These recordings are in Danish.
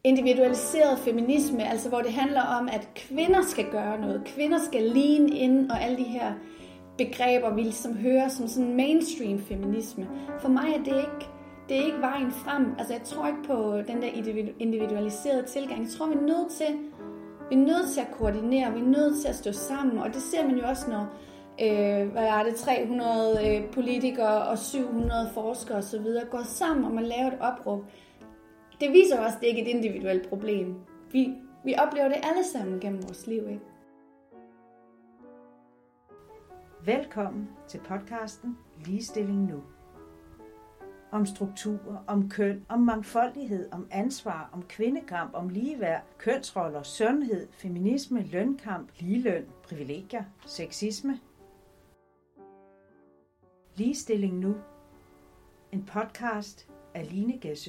individualiseret feminisme, altså hvor det handler om, at kvinder skal gøre noget, kvinder skal lean in, og alle de her begreber, vi ligesom hører som sådan mainstream feminisme. For mig er det er ikke vejen frem. Altså jeg tror ikke på den der individualiserede tilgang. Jeg tror, vi er nødt til at koordinere, vi er nødt til at stå sammen, og det ser man jo også, når 300 politikere og 700 forskere osv. går sammen om at lave et opråb. Det viser også, at det ikke er et individuelt problem. Vi oplever det alle sammen gennem vores liv, ikke? Velkommen til podcasten Ligestilling Nu. Om strukturer, om køn, om mangfoldighed, om ansvar, om kvindekamp, om ligeværd, kønsroller, sundhed, feminisme, lønkamp, ligeløn, privilegier, sexisme. Ligestilling Nu. En podcast af Line Gæsø.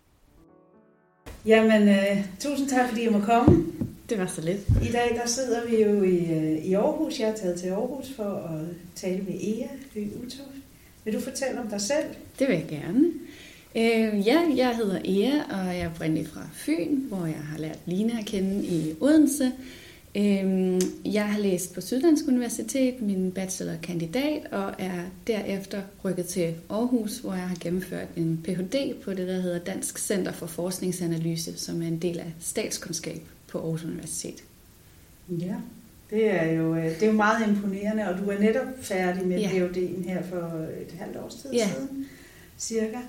Jamen, tusind tak, fordi jeg må komme. Det var så lidt. I dag der sidder vi jo i Aarhus. Jeg er taget til Aarhus for at tale med Ea Høgh Utoft. Vil du fortælle om dig selv? Det vil jeg gerne. Jeg hedder Ea, og jeg er oprindelig fra Fyn, hvor jeg har lært Line at kende i Odense. Jeg har læst på Syddansk Universitet, min bachelor-kandidat, og er derefter rykket til Aarhus, hvor jeg har gennemført en Ph.D. på det, der hedder Dansk Center for Forskningsanalyse, som er en del af statskundskab på Aarhus Universitet. Ja, det er jo meget imponerende, og du er netop færdig med Ph.D.'en her for et halvt års tid siden, cirka.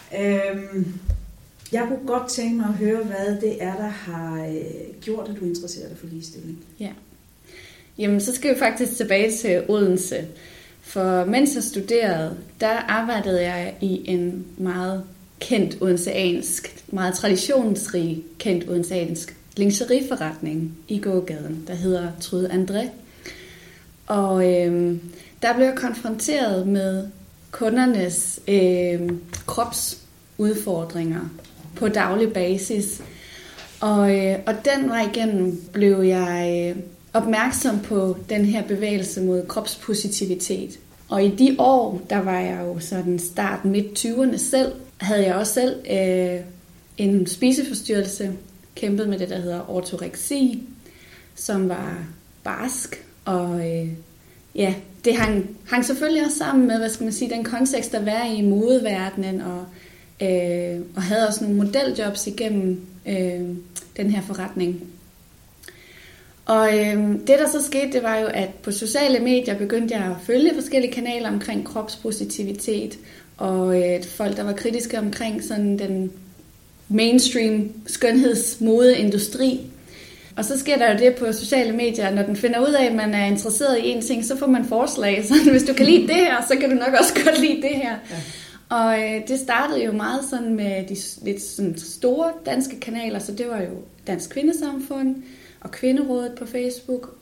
Jeg kunne godt tænke mig at høre, hvad det er, der har gjort, at du interesserer dig for ligestilling. Ja. Jamen, så skal vi faktisk tilbage til Odense. For mens jeg studerede, der arbejdede jeg i en meget kendt odenseansk, meget traditionsrig kendt odenseansk lingeriforretning i gågaden, der hedder Trude André. Og der blev jeg konfronteret med kundernes kropsudfordringer på daglig basis. Og den vej igennem blev jeg opmærksom på den her bevægelse mod kropspositivitet. Og i de år, der var jeg jo sådan start midt 20'erne selv, havde jeg også selv en spiseforstyrrelse, kæmpet med det, der hedder ortoreksi, som var barsk. Og det hang selvfølgelig også sammen med, den kontekst, der var i modeverdenen, og havde også nogle modeljobs igennem den her forretning. Og det, der så skete, det var jo, at på sociale medier begyndte jeg at følge forskellige kanaler omkring kropspositivitet, og folk, der var kritiske omkring sådan den mainstream skønhedsmodeindustri. Og så sker der jo det på sociale medier, når den finder ud af, at man er interesseret i en ting, så får man forslag. Så hvis du kan lide det her, så kan du nok også godt lide det her. Ja. Og det startede jo meget sådan med de lidt sådan store danske kanaler, så det var jo Dansk Kvindesamfund og Kvinderådet på Facebook.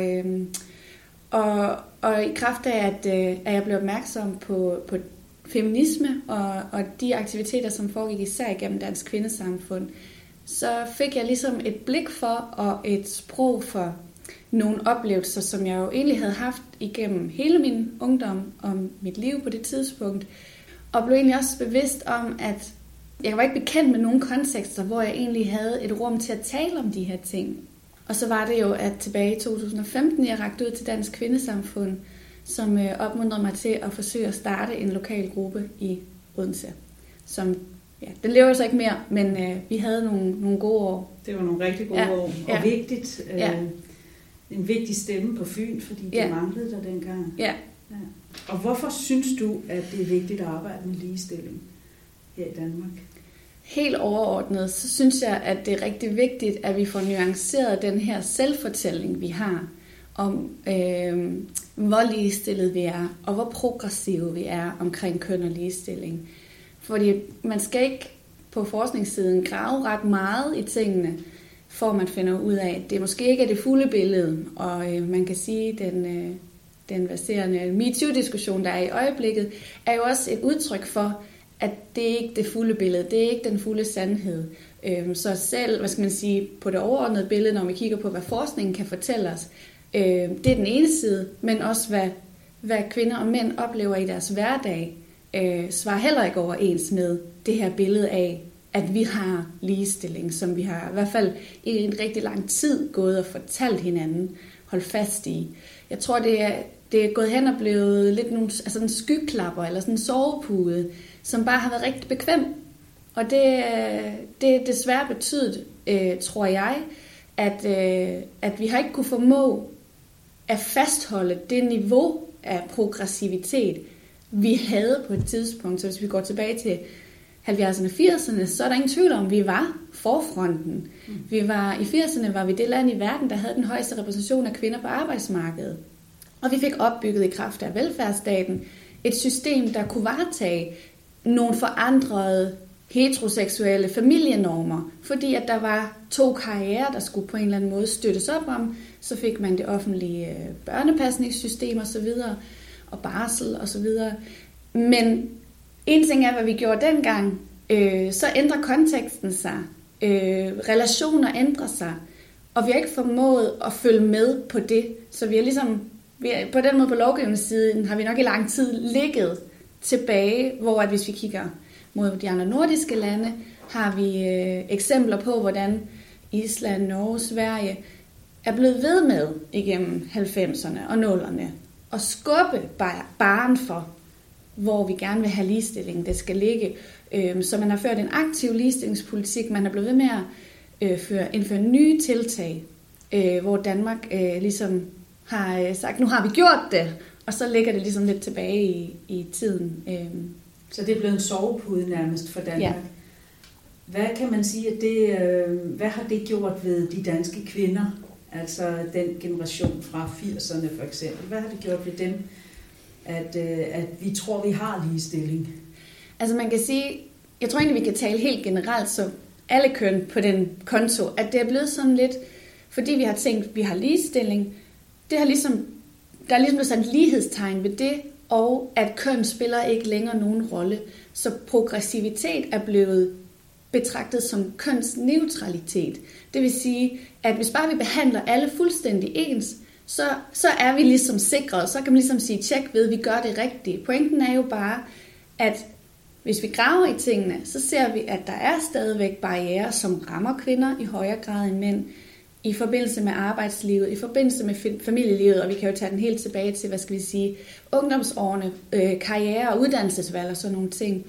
Og i kraft af, at jeg blev opmærksom på feminisme og de aktiviteter, som foregik især igennem Dansk Kvindesamfund, så fik jeg ligesom et blik for og et sprog for nogle oplevelser, som jeg jo egentlig havde haft igennem hele min ungdom og mit liv på det tidspunkt. Og blev egentlig også bevidst om, at jeg var ikke bekendt med nogen kontekster, hvor jeg egentlig havde et rum til at tale om de her ting. Og så var det jo, at tilbage i 2015, jeg rakte ud til Dansk Kvindesamfund, som opmuntrede mig til at forsøge at starte en lokal gruppe i Odense. Den lever så ikke mere, men vi havde nogle gode år. Det var nogle rigtig gode år, og vigtigt. En vigtig stemme på Fyn, fordi det manglede der dengang. Ja. Og hvorfor synes du, at det er vigtigt at arbejde med ligestilling her i Danmark? Helt overordnet, så synes jeg, at det er rigtig vigtigt, at vi får nuanceret den her selvfortælling, vi har, om hvor ligestillet vi er, og hvor progressive vi er omkring køn og ligestilling. Fordi man skal ikke på forskningssiden grave ret meget i tingene, for man finder ud af, at det måske ikke er det fulde billede, og man kan sige, at den verserende MeToo-diskussion, der er i øjeblikket, er jo også et udtryk for, at det ikke er det fulde billede, det er ikke den fulde sandhed. Så selv, på det overordnede billede, når vi kigger på, hvad forskningen kan fortælle os, det er den ene side, men også hvad kvinder og mænd oplever i deres hverdag, svarer heller ikke overens med det her billede af, at vi har ligestilling, som vi har i hvert fald i en rigtig lang tid gået og fortalt hinanden, holdt fast i. Jeg tror, det er gået hen og blevet lidt nogle en skyklapper eller sådan en sovepude, som bare har været rigtig bekvem. Og det desværre betydet, tror jeg, at vi har ikke kunne formå at fastholde det niveau af progressivitet, vi havde på et tidspunkt. Så hvis vi går tilbage til 70'erne og 80'erne, så er der ingen tvivl om, at vi var forfronten. I 80'erne var vi det land i verden, der havde den højeste repræsentation af kvinder på arbejdsmarkedet. Og vi fik opbygget i kraft af velfærdsstaten et system, der kunne varetage nogle forandrede heteroseksuelle familienormer, fordi at der var 2 karrierer, der skulle på en eller anden måde støttes op om. Så fik man det offentlige børnepasningssystem og så videre, og barsel og så videre. Men en ting er, hvad vi gjorde dengang, så ændrer konteksten sig, relationer ændrer sig, og vi har ikke formået at følge med på det. Så vi er på den måde på lovgivningssiden har vi nok i lang tid ligget tilbage, hvor at hvis vi kigger mod de andre nordiske lande, har vi eksempler på, hvordan Island, Norge, Sverige er blevet ved med igennem 90'erne og 0'erne at skubbe barren for, hvor vi gerne vil have ligestilling, det skal ligge. Så man har ført en aktiv ligestillingspolitik, man har blevet ved med at indføre nye tiltag, hvor Danmark ligesom har sagt, nu har vi gjort det, og så ligger det ligesom lidt tilbage i tiden. Så det er blevet en sovepude nærmest for Danmark. Ja. Hvad kan man sige, hvad har det gjort ved de danske kvinder, altså den generation fra 80'erne for eksempel? Hvad har det gjort ved dem, at vi tror, vi har ligestilling? Altså man kan sige, jeg tror egentlig, vi kan tale helt generelt, så alle køn på den konto, at det er blevet sådan lidt, fordi vi har tænkt, vi har ligestilling, der er ligesom blevet sat lighedstegn ved det, og at køn spiller ikke længere nogen rolle. Så progressivitet er blevet betragtet som kønsneutralitet. Det vil sige, at hvis bare vi behandler alle fuldstændig ens, så er vi ligesom sikret, så kan man ligesom sige, tjek ved, at vi gør det rigtigt. Pointen er jo bare, at hvis vi graver i tingene, så ser vi, at der er stadigvæk barrierer, som rammer kvinder i højere grad end mænd, i forbindelse med arbejdslivet, i forbindelse med familielivet, og vi kan jo tage den helt tilbage til, ungdomsårene, karriere og uddannelsesvalg og sådan nogle ting.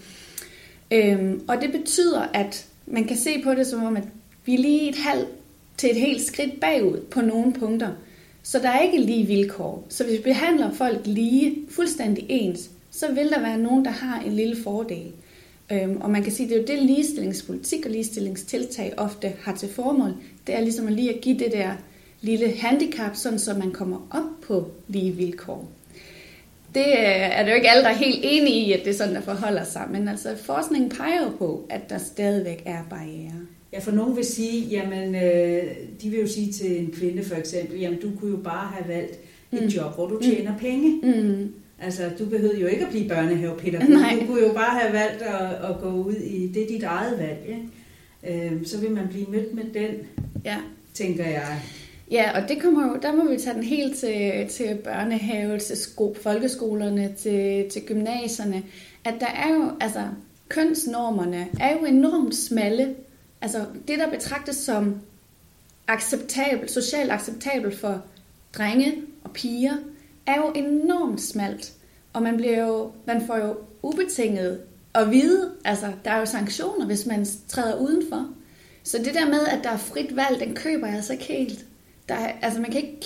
Og det betyder, at man kan se på det som om, at vi er lige et helt skridt bagud på nogle punkter. Så der er ikke lige vilkår. Så hvis vi behandler folk lige, fuldstændig ens, så vil der være nogen, der har en lille fordel. Og man kan sige, at det er jo det ligestillingspolitik og ligestillingstiltag ofte har til formål. Det er ligesom at lige at give det der lille handicap, sådan så man kommer op på lige vilkår. Det er det jo ikke alle, der er helt enige i, at det er sådan, der forholder sig. Men altså forskningen peger jo på, at der stadigvæk er barrierer. Ja, for nogen vil sige, jamen, de vil jo sige til en kvinde for eksempel, jamen du kunne jo bare have valgt et job, hvor du tjener penge. Mm. Altså, du behøvede jo ikke at blive børnehavepædagog. Du kunne jo bare have valgt at gå ud i, det er dit eget valg. Ikke? Så vil man blive mødt med den, tænker jeg. Ja, og det kommer jo, der må vi tage den helt til børnehave, til folkeskolerne, til gymnasierne, at der er jo, altså kønsnormerne er jo enormt smalle. Altså det, der betragtes som socialt acceptabelt for drenge og piger, er jo enormt smalt. Og man får jo ubetinget at vide, altså der er jo sanktioner, hvis man træder udenfor. Så det der med, at der er frit valg, den køber jeg altså ikke helt. Altså man kan ikke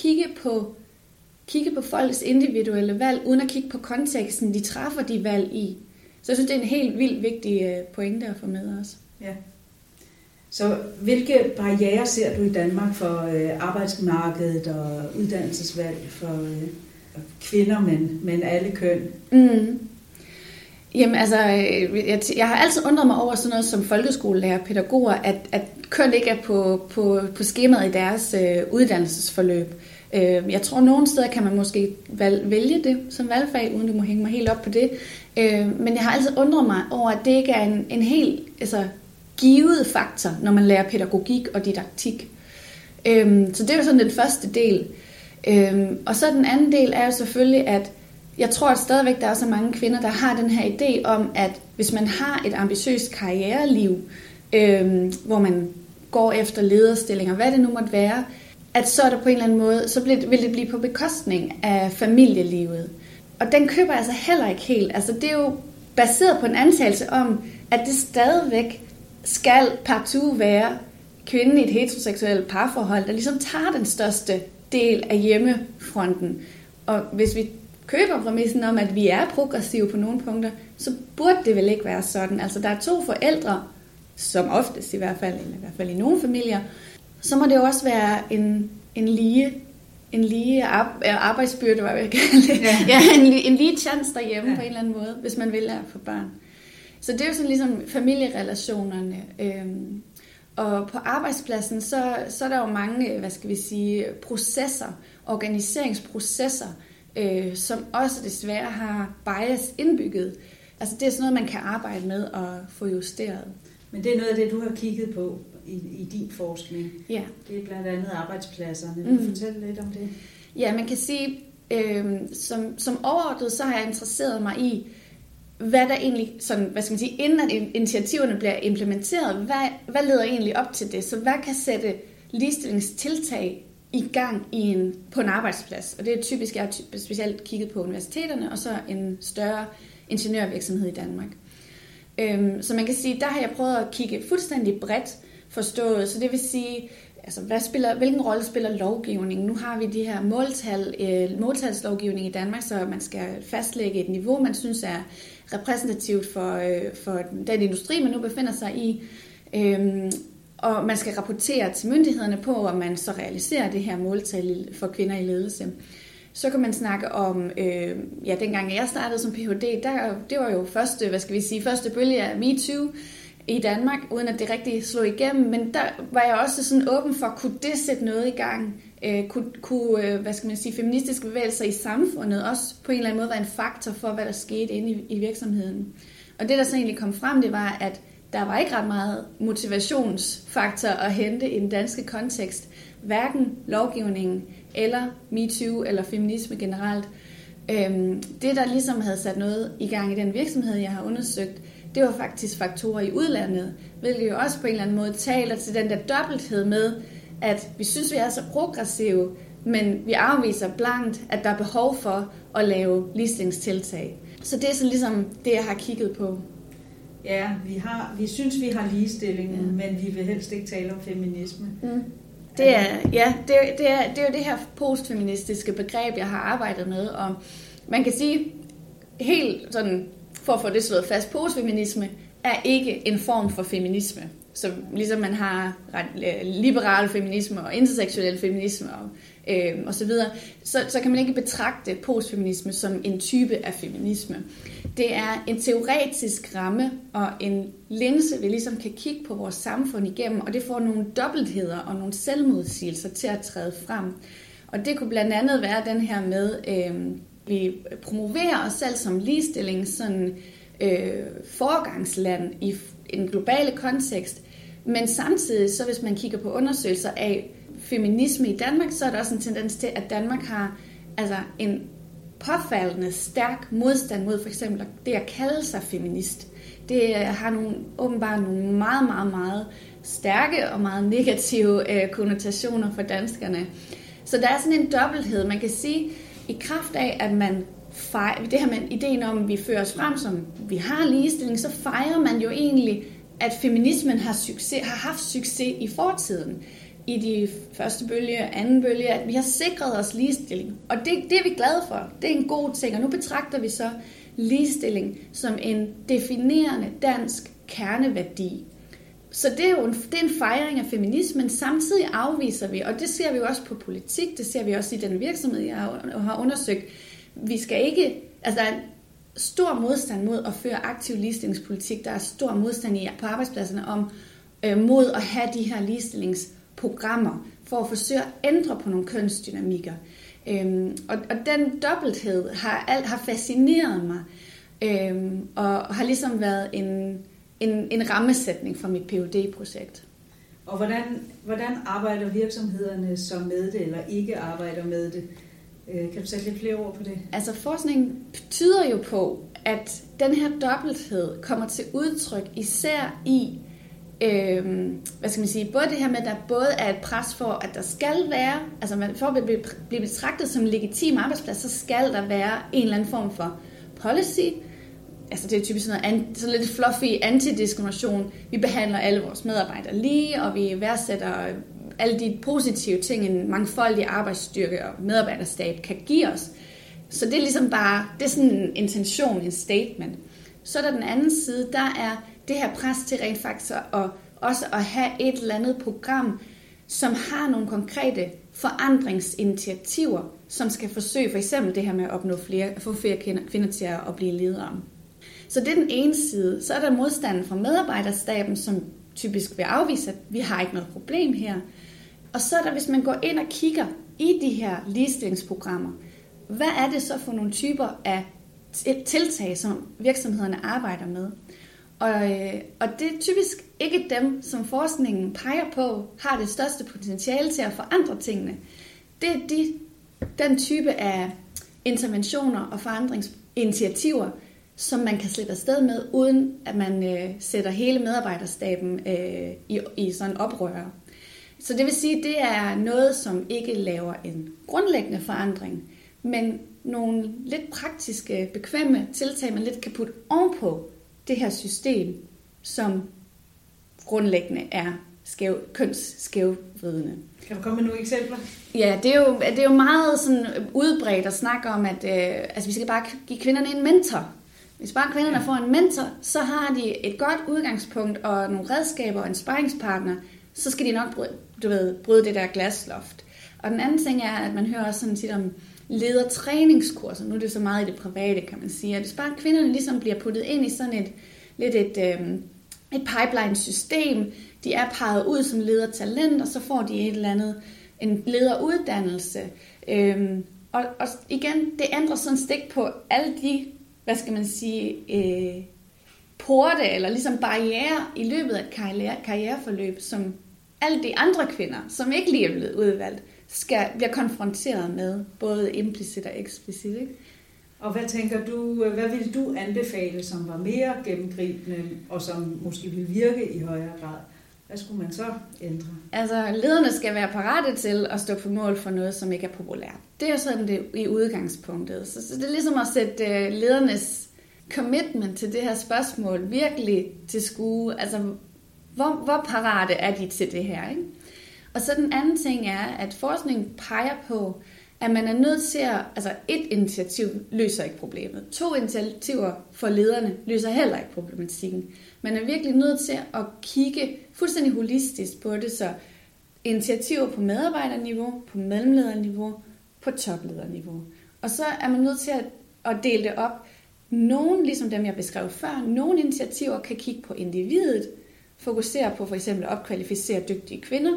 kigge på folks individuelle valg, uden at kigge på konteksten, de træffer de valg i. Så jeg synes, det er en helt vildt vigtig pointe at få med os. Ja. Så hvilke barrierer ser du i Danmark for arbejdsmarkedet og uddannelsesvalg for kvinder, men alle køn? Mm. Jamen altså, jeg har altid undret mig over sådan noget som folkeskolelærer og pædagoger, at køn ikke er på skemaet i deres uddannelsesforløb. Jeg tror, nogle steder kan man måske vælge det som valgfag, uden du må hænge mig helt op på det. Men jeg har altid undret mig over, at det ikke er en helt givet faktor, når man lærer pædagogik og didaktik. Så det er jo sådan den første del. Og så den anden del er jo selvfølgelig, at jeg tror, at stadigvæk der er så mange kvinder, der har den her idé om, at hvis man har et ambitiøst karriereliv, hvor man går efter lederstillinger, hvad det nu måtte være, at så er der på en eller anden måde, så vil det blive på bekostning af familielivet. Og den køber jeg altså heller ikke helt. Altså det er jo baseret på en antagelse om, at det stadigvæk skal partout være kvinden i et heteroseksuelt parforhold, der ligesom tager den største del af hjemmefronten. Og hvis vi køber præmissen om, at vi er progressive på nogle punkter, så burde det vel ikke være sådan. Altså der er 2 forældre, som oftest i hvert fald, eller i hvert fald i nogle familier, så må det jo også være en lige arbejdsbyrde, hvad jeg kalde det. Ja, en lige chance derhjemme på en eller anden måde, hvis man vil at få børn. Så det er jo sådan ligesom familierelationerne. Og på arbejdspladsen, så er der jo mange, processer, organiseringsprocesser, som også desværre har bias indbygget. Altså det er sådan noget, man kan arbejde med og få justeret. Men det er noget af det, du har kigget på i din forskning. Ja. Det er blandt andet arbejdspladserne. Vil du fortælle lidt om det? Ja, man kan sige, som overordnet, så har jeg interesseret mig i, hvad der egentlig, sådan, inden at initiativerne bliver implementeret, hvad leder egentlig op til det? Så hvad kan sætte ligestillingstiltag i gang på en arbejdsplads? Og det er typisk, jeg har specielt kigget på universiteterne, og så en større ingeniørvirksomhed i Danmark. Så man kan sige, der har jeg prøvet at kigge fuldstændig bredt forstået, så det vil sige, altså hvilken rolle spiller lovgivningen? Nu har vi de her måltalslovgivning i Danmark, så man skal fastlægge et niveau, man synes er repræsentativt for den industri, man nu befinder sig i. Og man skal rapportere til myndighederne på, om man så realiserer det her måltal for kvinder i ledelse. Så kan man snakke om, dengang jeg startede som Ph.D., det var jo første bølge af MeToo i Danmark, uden at det rigtig slog igennem, men der var jeg også sådan åben for, kunne det sætte noget i gang? Kunne feministiske bevægelser i samfundet også på en eller anden måde være en faktor for, hvad der skete inde i virksomheden? Og det, der så egentlig kom frem, det var, at der var ikke ret meget motivationsfaktor at hente i den danske kontekst, hverken lovgivningen eller MeToo eller feminisme generelt. Det, der ligesom havde sat noget i gang i den virksomhed, jeg har undersøgt, det var faktisk faktorer i udlandet, hvilket jo også på en eller anden måde taler til den der dobbelthed med, at vi synes, vi er så progressive, men vi afviser blankt, at der er behov for at lave ligestillingstiltag. Så det er sådan ligesom det, jeg har kigget på. Ja, vi synes, vi har ligestilling, men vi vil helst ikke tale om feminisme. Mm. Det er jo det her postfeministiske begreb, jeg har arbejdet med, og man kan sige, helt sådan, for at få det slået fast, postfeminisme er ikke en form for feminisme. Så ligesom man har liberal feminisme og interseksuel feminisme og så videre, så kan man ikke betragte postfeminisme som en type af feminisme. Det er en teoretisk ramme og en linse, vi ligesom kan kigge på vores samfund igennem, og det får nogle dobbeltheder og nogle selvmodsigelser til at træde frem. Og det kunne blandt andet være den her med, vi promoverer os selv som ligestilling, sådan foregangsland i en globale kontekst, men samtidig, så hvis man kigger på undersøgelser af feminisme i Danmark, så er der også en tendens til, at Danmark har altså en påfaldende stærk modstand mod for eksempel det at kalde sig feminist. Det har åbenbart nogle meget, meget, meget stærke og meget negative konnotationer for danskerne. Så der er sådan en dobbelthed, man kan sige, i kraft af, at man det her med ideen om, at vi fører os frem, som vi har ligestilling, så fejrer man jo egentlig, at feminismen har haft succes i fortiden. I de første bølge, anden bølge, at vi har sikret os ligestilling. Og det er vi glade for. Det er en god ting. Og nu betragter vi så ligestilling som en definerende dansk kerneværdi. Så det er jo en fejring af feminismen. Samtidig afviser vi, og det ser vi jo også på politik, det ser vi også i den virksomhed, jeg har undersøgt. Vi skal ikke, altså der er stor modstand mod at føre aktiv ligestillingspolitik. Der er stor modstand på arbejdspladserne mod at have de her ligestillingsprogrammer for at forsøge at ændre på nogle kønsdynamikker. Og den dobbelthed har fascineret mig, og har ligesom været en rammesætning for mit Ph.D.-projekt. Og hvordan arbejder virksomhederne så med det, eller ikke arbejder med det? Kan du sætte lidt flere ord på det? Altså forskningen tyder jo på, at den her dobbelthed kommer til udtryk især i, hvad skal man sige, både det her med, at der både er et pres for, at der skal være, altså for at blive betragtet som en legitim arbejdsplads, så skal der være en eller anden form for policy. Altså det er typisk sådan lidt fluffy antidiskrimination. Vi behandler alle vores medarbejdere lige, og vi værdsætter alle de positive ting, en mangfoldig arbejdsstyrke og medarbejderstab kan give os. Så det er ligesom bare, det er sådan en intention, en statement. Så er der den anden side, der er det her pres til rent faktisk også at have et eller andet program, som har nogle konkrete forandringsinitiativer, som skal forsøge for eksempel det her med at få flere kvinder til at blive ledere. Så det er den ene side. Så er der modstanden fra medarbejderstaben, som typisk vil afvise, at vi har ikke noget problem her. Og så er der, hvis man går ind og kigger i de her ligestillingsprogrammer, hvad er det så for nogle typer af tiltag, som virksomhederne arbejder med? Og det er typisk ikke dem, som forskningen peger på, har det største potentiale til at forandre tingene. Det er den type af interventioner og forandringsinitiativer, som man kan slippe afsted med, uden at man sætter hele medarbejderstaben i sådan oprør. Så det vil sige, at det er noget, som ikke laver en grundlæggende forandring, men nogle lidt praktiske, bekvemme tiltag, man lidt kan putte ovenpå det her system, som grundlæggende er kønsskævvridende. Kan du komme med nogle eksempler? Ja, det er jo meget sådan udbredt at snakke om, at vi skal bare give kvinderne en mentor. Hvis bare kvinderne får en mentor, så har de et godt udgangspunkt og nogle redskaber og en sparringspartner, så skal de nok bryde det der glasloft. Og den anden ting er, at man hører også sådan tit om ledertræningskurser. Nu er det så meget i det private, kan man sige. At hvis bare kvinderne ligesom bliver puttet ind i sådan et pipeline-system, de er peget ud som ledertalent, og så får de en lederuddannelse. Og igen, det ændrer sådan stik på alle de, hvad skal man sige, porte eller ligesom barrierer i løbet af et karriereforløb, som alle de andre kvinder, som ikke lige er blevet udvalgt, bliver konfronteret med, både implicit og eksplicit. Ikke? Og hvad tænker du, hvad vil du anbefale, som var mere gennemgribende, og som måske vil virke i højere grad? Hvad skulle man så ændre? Altså, lederne skal være parate til at stå på mål for noget, som ikke er populært. Det er jo sådan det i udgangspunktet. Så det er ligesom at sætte ledernes commitment til det her spørgsmål virkelig til skue. Altså, hvor parate er de til det her, ikke? Og så den anden ting er, at forskningen peger på, at man er nødt til at, altså et initiativ løser ikke problemet. 2 initiativer for lederne løser heller ikke problematikken. Man er virkelig nødt til at kigge fuldstændig holistisk på det, så initiativer på medarbejderniveau, på mellemlederniveau, på toplederniveau. Og så er man nødt til at dele det op. Nogle, ligesom dem jeg beskrev før, nogle initiativer kan kigge på individet, fokusere på for eksempel at opkvalificere dygtige kvinder,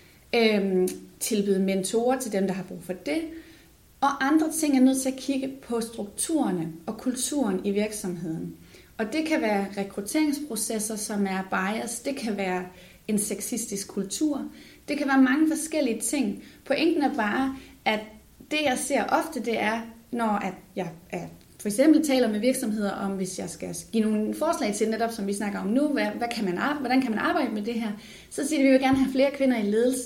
tilbyde mentorer til dem, der har brug for det. Og andre ting er nødt til at kigge på strukturerne og kulturen i virksomheden. Og det kan være rekrutteringsprocesser, som er bias. Det kan være en sexistisk kultur. Det kan være mange forskellige ting. Pointen er bare, at det jeg ser ofte, det er, når jeg for eksempel taler med virksomheder om, hvis jeg skal give nogle forslag til netop, som vi snakker om nu, hvordan kan man arbejde med det her, så siger de, at vi vil gerne have flere kvinder i ledelse.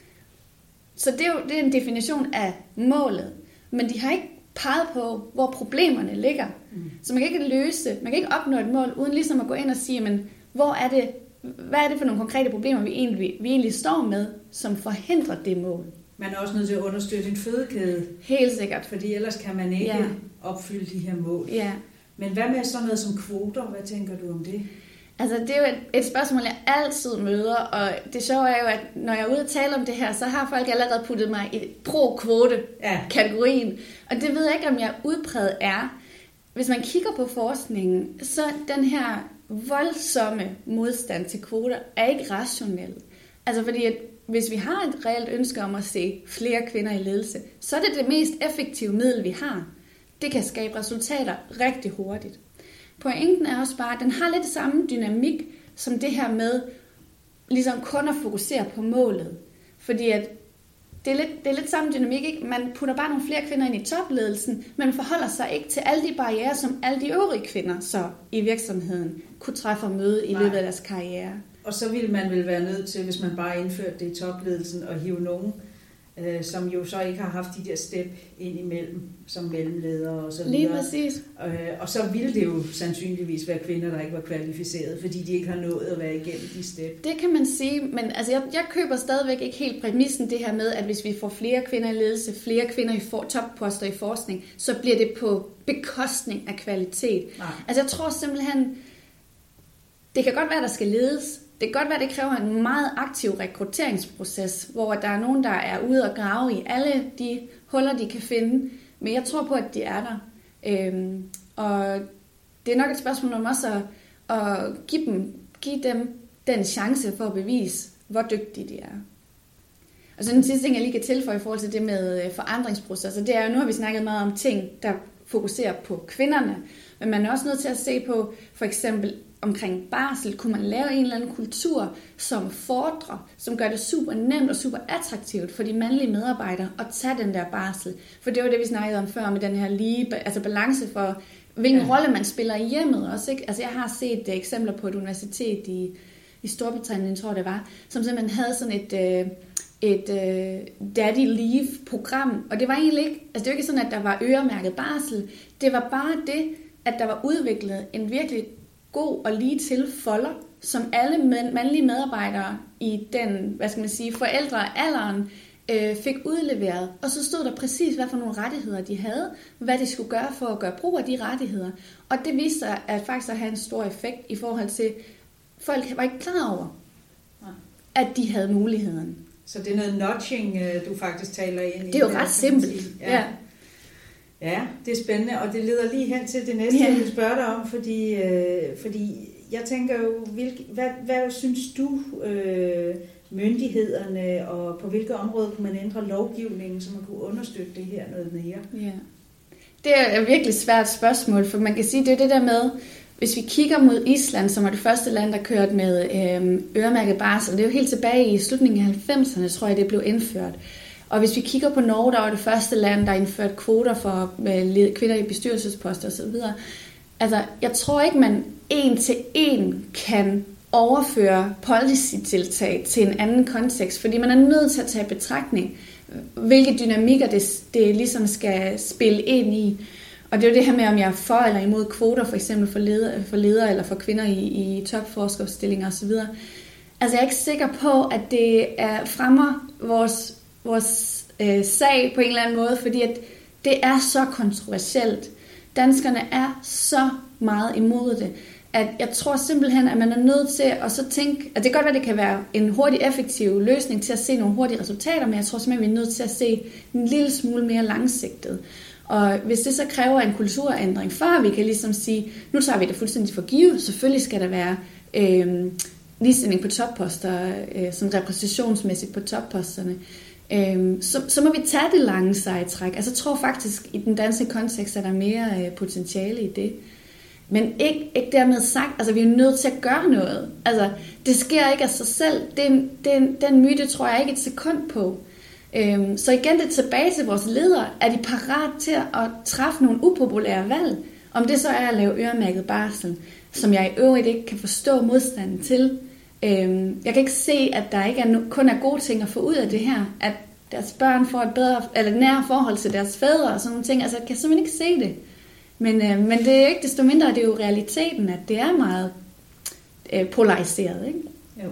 Så det er en definition af målet, men de har ikke peget på, hvor problemerne ligger. Så man kan ikke opnå et mål, uden ligesom at gå ind og sige, men hvad er det for nogle konkrete problemer, vi egentlig står med, som forhindrer det mål. Man er også nødt til at understøtte en fødekæde. Helt sikkert. Fordi ellers kan man ikke opfylde de her mål. Ja. Men hvad med sådan noget som kvoter? Hvad tænker du om det? Altså, det er jo et spørgsmål, jeg altid møder, og det sjove er jo, at når jeg er ude og tale om det her, så har folk allerede puttet mig i pro-kvote-kategorien. Og det ved jeg ikke, om jeg udpræget er. Hvis man kigger på forskningen, så den her voldsomme modstand til kvoter er ikke rationel. Altså, fordi hvis vi har et reelt ønske om at se flere kvinder i ledelse, så er det mest effektive middel, vi har. Det kan skabe resultater rigtig hurtigt. Pointen er også bare, at den har lidt samme dynamik som det her med ligesom kun at fokusere på målet. Fordi at det er lidt samme dynamik, ikke? Man putter bare nogle flere kvinder ind i topledelsen, men forholder sig ikke til alle de barrierer, som alle de øvrige kvinder så i virksomheden kunne træffe og møde i løbet af deres karriere. Og så ville man vel være nødt til, hvis man bare indførte det i topledelsen, og hive nogen, som jo så ikke har haft de der step ind imellem, som mellemledere og så videre. Lige præcis. Og så ville det jo sandsynligvis være kvinder, der ikke var kvalificerede, fordi de ikke har nået at være igennem de step. Det kan man sige, men altså jeg køber stadigvæk ikke helt præmissen det her med, at hvis vi får flere kvinder i ledelse, flere kvinder i topposter i forskning, så bliver det på bekostning af kvalitet. Nej. Altså jeg tror simpelthen, det kan godt være, der skal ledes. Det kan godt være, det kræver en meget aktiv rekrutteringsproces, hvor der er nogen, der er ude og grave i alle de huller, de kan finde. Men jeg tror på, at de er der. Og det er nok et spørgsmål om også at give dem den chance for at bevise, hvor dygtige de er. Og så den sidste ting, jeg lige kan tilføje i forhold til det med forandringsprocesser, det er jo, nu har vi snakket meget om ting, der fokuserer på kvinderne, men man er også nødt til at se på, for eksempel omkring barsel, kunne man lave en eller anden kultur, som fordrer, som gør det super nemt og super attraktivt for de mandlige medarbejdere at tage den der barsel. For det var det, vi snakkede om før med den her balance for, hvilken rolle man spiller i hjemmet også. Ikke? Altså jeg har set eksempler på et universitet i Storbritannien, tror jeg det var, som simpelthen havde sådan et daddy leave-program, og det var egentlig ikke, altså det var ikke sådan, at der var øremærket barsel, det var bare det, at der var udviklet en virkelig god og lige til folder, som alle mandlige medarbejdere i den, forældrealderen fik udleveret. Og så stod der præcis, hvad for nogle rettigheder de havde, hvad de skulle gøre for at gøre brug af de rettigheder. Og det viste sig at faktisk at have en stor effekt i forhold til, folk var ikke klar over, at de havde muligheden. Så det er noget nudging, du faktisk taler ind i. Det er jo ret simpelt. Ja. Ja, det er spændende, og det leder lige hen til det næste, jeg vil spørge dig om, fordi jeg tænker jo, hvad synes du, myndighederne, og på hvilke områder kunne man ændre lovgivningen, så man kunne understøtte det her noget mere? Ja. Det er et virkelig svært spørgsmål, for man kan sige, det er det der med, hvis vi kigger mod Island, som var det første land, der kørte med øremærket barsel, det er jo helt tilbage i slutningen af 90'erne, tror jeg, det blev indført. Og hvis vi kigger på Norge, der var det første land, der indførte kvoter for kvinder i bestyrelsesposter osv. Altså, jeg tror ikke, man en til en kan overføre policy-tiltag til en anden kontekst, fordi man er nødt til at tage betragtning, hvilke dynamikker det ligesom skal spille ind i. Og det er jo det her med, om jeg er for eller imod kvoter, for eksempel for ledere eller for kvinder i topforskerstillinger osv. Altså, jeg er ikke sikker på, at det fremmer vores sag på en eller anden måde, fordi at det er så kontroversielt. Danskerne er så meget imod det, at jeg tror simpelthen, at man er nødt til at så tænke, at det kan godt være, det kan være en hurtig, effektiv løsning til at se nogle hurtige resultater, men jeg tror simpelthen, vi er nødt til at se en lille smule mere langsigtet. Og hvis det så kræver en kulturændring, før vi kan ligesom sige, nu tager vi det fuldstændig for givet, selvfølgelig skal der være ligestilling på topposter, sådan repræsentationsmæssigt på topposterne, så må vi tage det lange sejtræk. Altså jeg tror faktisk, i den danske kontekst er der mere potentiale i det. Men ikke dermed sagt, altså vi er nødt til at gøre noget. Altså det sker ikke af sig selv. Den myte tror jeg ikke et sekund på. Så igen det tilbage til vores ledere. Er de parat til at træffe nogle upopulære valg? Om det så er at lave øremærket barsel, som jeg i øvrigt ikke kan forstå modstanden til. Jeg kan ikke se, at der ikke kun er gode ting at få ud af det her. At deres børn får et bedre, eller nære forhold til deres fædre og sådan nogle ting. Altså jeg kan simpelthen ikke se det. Men det er ikke desto mindre, det er jo realiteten, at det er meget polariseret, ikke? Jo.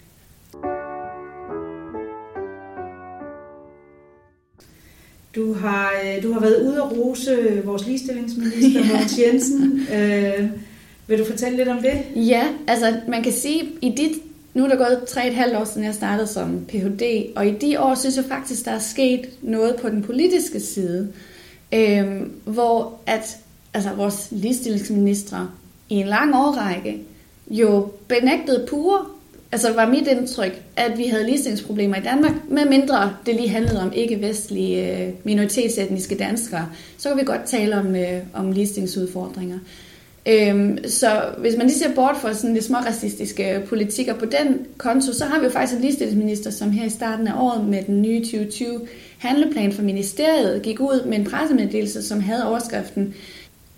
Du har været ude at rose vores ligestillingsminister, Mogens Jensen. Vil du fortælle lidt om det? Ja, altså man kan sige, nu er der gået 3,5 år siden jeg startede som Ph.D., og i de år synes jeg faktisk, der er sket noget på den politiske side, hvor at vores ligestillingsministre i en lang årrække jo benægtede pure, altså var mit indtryk, at vi havde ligestillingsproblemer i Danmark, med mindre det lige handlede om ikke-vestlige minoritetsetniske danskere, så kan vi godt tale om ligestillingsudfordringer. Så hvis man lige ser bort for sådan lidt småracistiske politikker på den konto, så har vi jo faktisk en ligestillingsminister, som her i starten af året med den nye 2020 handleplan for ministeriet gik ud med en pressemeddelelse, som havde overskriften: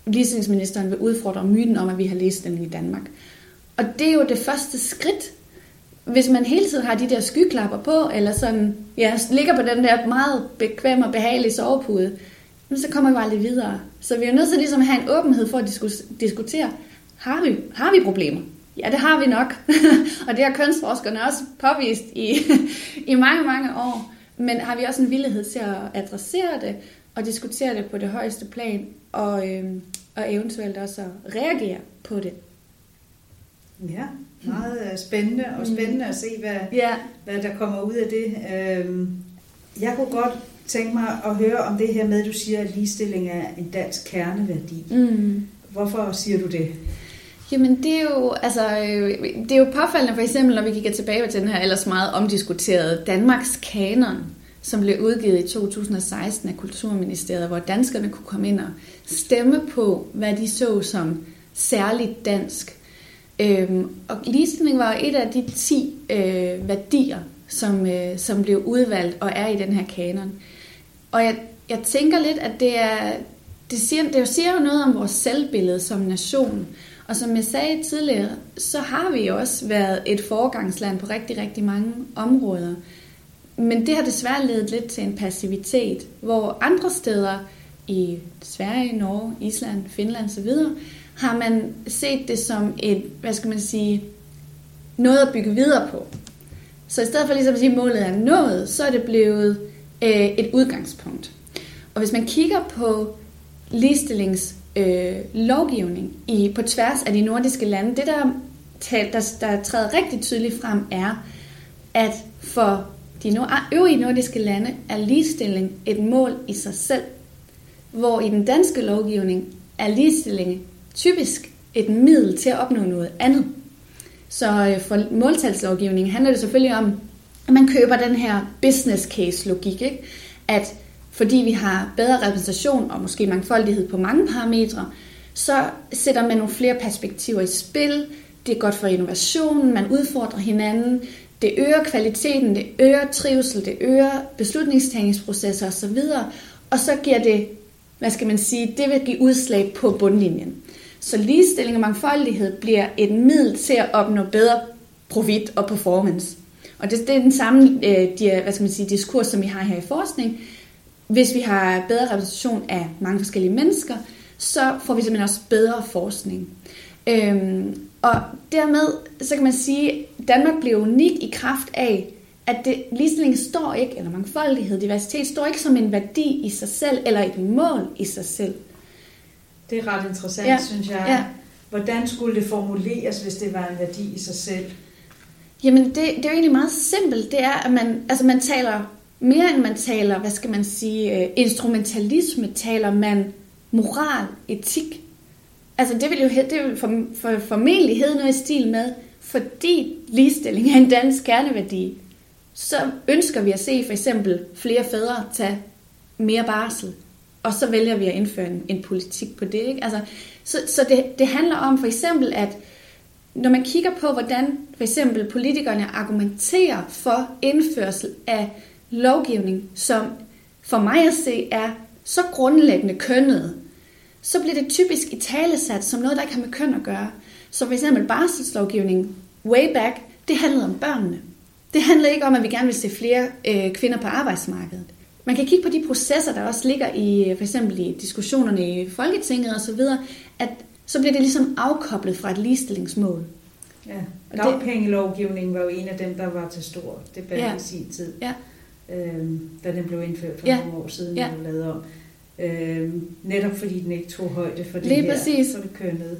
ligestillingsministeren vil udfordre myten om, at vi har ligestilling i Danmark. Og det er jo det første skridt. hvis man hele tiden har de der skyklapper på, eller sådan, ligger på den der meget bekvemme og behagelige sovepude, så kommer vi aldrig videre. Så vi er nødt til ligesom at have en åbenhed for at diskutere, har vi problemer? Ja, det har vi nok. Og det har kønsforskerne også påvist i mange, mange år. Men har vi også en villighed til at adressere det, og diskutere det på det højeste plan, og eventuelt også at reagere på det. Ja, meget spændende, og spændende at se, hvad der kommer ud af det. Jeg kunne godt tænke mig at høre om det her med, at du siger, at ligestilling er en dansk kerneværdi. Hvorfor siger du det? Jamen, det er jo påfaldende, for eksempel, når vi kigger tilbage til den her ellers meget omdiskuterede Danmarks kanon, som blev udgivet i 2016 af Kulturministeriet, hvor danskerne kunne komme ind og stemme på, hvad de så som særligt dansk. Og ligestilling var et af de 10 værdier, som blev udvalgt og er i den her kanon. Og jeg tænker lidt, at det siger jo noget om vores selvbillede som nation. Og som jeg sagde tidligere, så har vi jo også været et foregangsland på rigtig, rigtig mange områder. Men det har desværre ledet lidt til en passivitet, hvor andre steder i Sverige, Norge, Island, Finland osv., har man set det som et, noget at bygge videre på. Så i stedet for ligesom at sige, at målet er nået, så er det blevet et udgangspunkt. Og hvis man kigger på ligestillingslovgivning på tværs af de nordiske lande, det der træder rigtig tydeligt frem, er, at for de øvrige nordiske lande er ligestilling et mål i sig selv, hvor i den danske lovgivning er ligestilling typisk et middel til at opnå noget andet. Så for måltalslovgivningen handler det selvfølgelig om, at man køber den her business case logik, ikke? At fordi vi har bedre repræsentation og måske mangfoldighed på mange parametre, så sætter man nogle flere perspektiver i spil. Det er godt for innovationen, man udfordrer hinanden, det øger kvaliteten, det øger trivsel, det øger beslutningstagningsprocesser osv. Og så giver det, det vil give udslag på bundlinjen. Så ligestilling og mangfoldighed bliver et middel til at opnå bedre profit og performance. Og det er den samme diskurs, som vi har her i forskning. Hvis vi har bedre repræsentation af mange forskellige mennesker, så får vi simpelthen også bedre forskning. Og dermed, så kan man sige, at Danmark bliver unik i kraft af, at ligestilling står ikke, eller mangfoldighed, diversitet, står ikke som en værdi i sig selv, eller et mål i sig selv. Det er ret interessant, synes jeg. Ja. Hvordan skulle det formuleres, hvis det var en værdi i sig selv? Jamen, det er jo egentlig meget simpelt. Det er, at man taler mere end man taler, instrumentalisme, taler man moral, etik. Altså det vil formentlig hedde noget i stil med, fordi ligestilling er en dansk kerneværdi, så ønsker vi at se for eksempel flere fædre tage mere barsel, og så vælger vi at indføre en politik på det. Ikke? Altså, så det handler om for eksempel, at når man kigger på, hvordan for eksempel politikerne argumenterer for indførsel af lovgivning, som for mig at se er så grundlæggende kønnet, så bliver det typisk italesat som noget, der ikke har med køn at gøre. Så for eksempel barselslovgivning way back, det handlede om børnene. Det handler ikke om, at vi gerne vil se flere kvinder på arbejdsmarkedet. Man kan kigge på de processer, der også ligger i for eksempel i diskussionerne i Folketinget osv., at så bliver det ligesom afkoblet fra et ligestillingsmål. Ja, dagpengelovgivningen var jo en af dem, der var til stor debat i sin tid, da den blev indført for nogle år siden og lavet om. Netop fordi den ikke tog højde for det lige her, præcis. For det kønnede.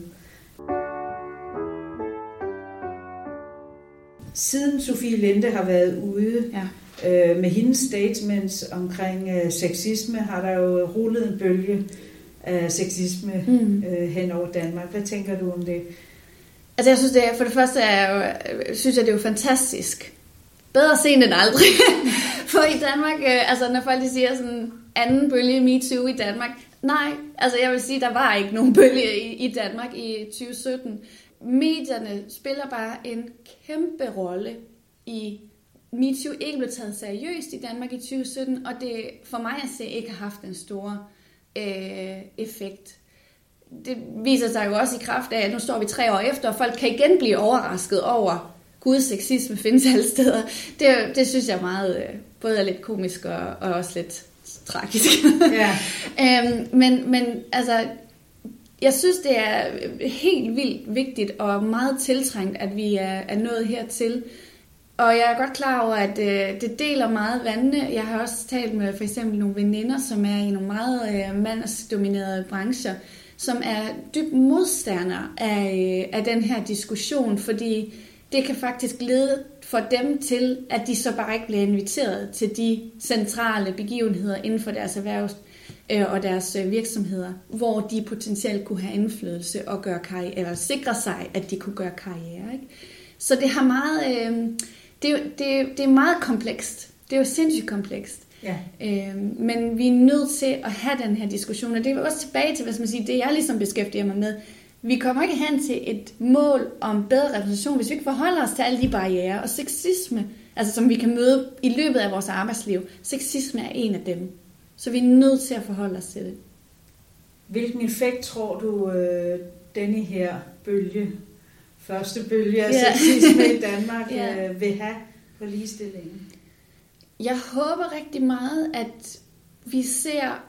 Siden Sofie Linde har været ude med hendes statements omkring sexisme, har der jo rullet en bølge af sexisme hen over Danmark. Hvad tænker du om det? Altså jeg synes, for det første synes jeg, det er jo fantastisk. Bedre sent end aldrig. For i Danmark, når folk siger sådan anden bølge MeToo i Danmark. Nej, altså jeg vil sige, der var ikke nogen bølge i Danmark i 2017. Medierne spiller bare en kæmpe rolle i MeToo. Ikke blev taget seriøst i Danmark i 2017, og det for mig at se ikke har haft en stor effekt. Det viser sig jo også i kraft af, at nu står vi 3 år efter, og folk kan igen blive overrasket over, gud, sexisme findes alle steder. Det synes jeg er meget, både er lidt komisk og også lidt tragisk. Ja. Men altså, jeg synes, det er helt vildt vigtigt og meget tiltrængt, at vi er nået hertil. Og jeg er godt klar over, at det deler meget vandene. Jeg har også talt med for eksempel nogle veninder, som er i nogle meget mandsdominerede brancher, som er dybt modstandere af den her diskussion, fordi det kan faktisk lede for dem til, at de så bare ikke bliver inviteret til de centrale begivenheder inden for deres erhverv og deres virksomheder, hvor de potentielt kunne have indflydelse og gøre karriere, eller sikre sig, at de kunne gøre karriere. Ikke? Så det har meget, det er meget komplekst. Det er jo sindssygt komplekst. Ja. Men vi er nødt til at have den her diskussion, og det er også tilbage til, hvad skal man sige, det jeg ligesom beskæftiger mig med. Vi kommer ikke hen til et mål om bedre repræsentation, hvis vi ikke forholder os til alle de barrierer. Og sexisme, altså som vi kan møde i løbet af vores arbejdsliv, sexisme er en af dem. Så vi er nødt til at forholde os til det. Hvilken effekt tror du, denne her første bølge af sexisme i Danmark vil have på ligestillingen? Jeg håber rigtig meget, at vi ser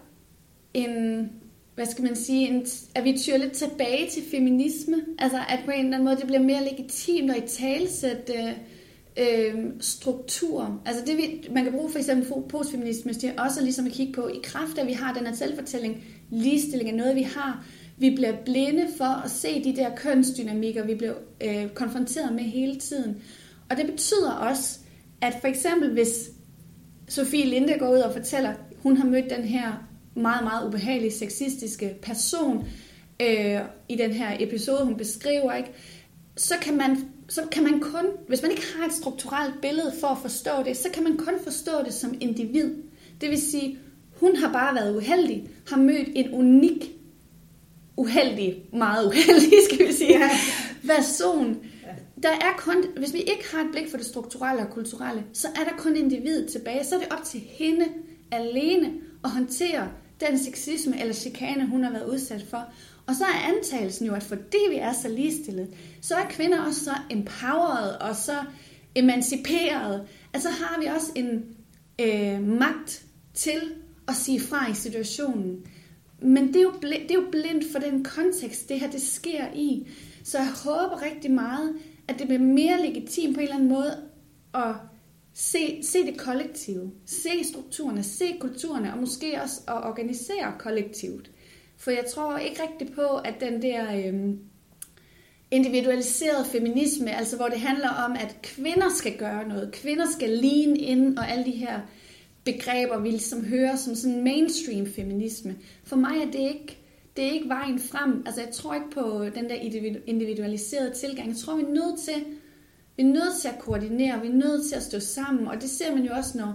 at vi tyrer lidt tilbage til feminisme. Altså at på en eller anden måde, det bliver mere legitimt at italesætte strukturer. Altså man kan bruge for eksempel postfeminisme til også ligesom at kigge på, i kraft af, at vi har den her selvfortælling, ligestilling er noget, vi har. Vi bliver blinde for at se de der kønsdynamikker, vi bliver konfronteret med hele tiden. Og det betyder også, at for eksempel hvis Sofie Linde går ud og fortæller, hun har mødt den her meget, meget ubehagelige, sexistiske person i den her episode, hun beskriver, ikke? Så kan man kun, hvis man ikke har et strukturelt billede for at forstå det, så kan man kun forstå det som individ. Det vil sige, hun har bare været uheldig, har mødt en unik, meget uheldig, skal vi sige, person. Der er kun, hvis vi ikke har et blik for det strukturelle og kulturelle, så er der kun individet tilbage. Så er det op til hende alene at håndtere den sexisme eller chikane, hun har været udsat for. Og så er antagelsen jo, at fordi vi er så ligestillet, så er kvinder også så empowered og så emanciperet, at så har vi også en magt til at sige fra i situationen. Men det er jo blindt for den kontekst, det her det sker i. Så jeg håber rigtig meget, at det bliver mere legitimt på en eller anden måde at se det kollektive, se strukturerne, se kulturerne, og måske også at organisere kollektivt. For jeg tror ikke rigtig på, at den der individualiserede feminisme, altså hvor det handler om, at kvinder skal gøre noget, kvinder skal lean in, og alle de her begreber, vi ligesom hører som sådan mainstream feminisme. For mig er det er ikke vejen frem. Altså jeg tror ikke på den der individualiserede tilgang. Jeg tror, vi er nødt til at koordinere, vi er nødt til at stå sammen, og det ser man jo også, når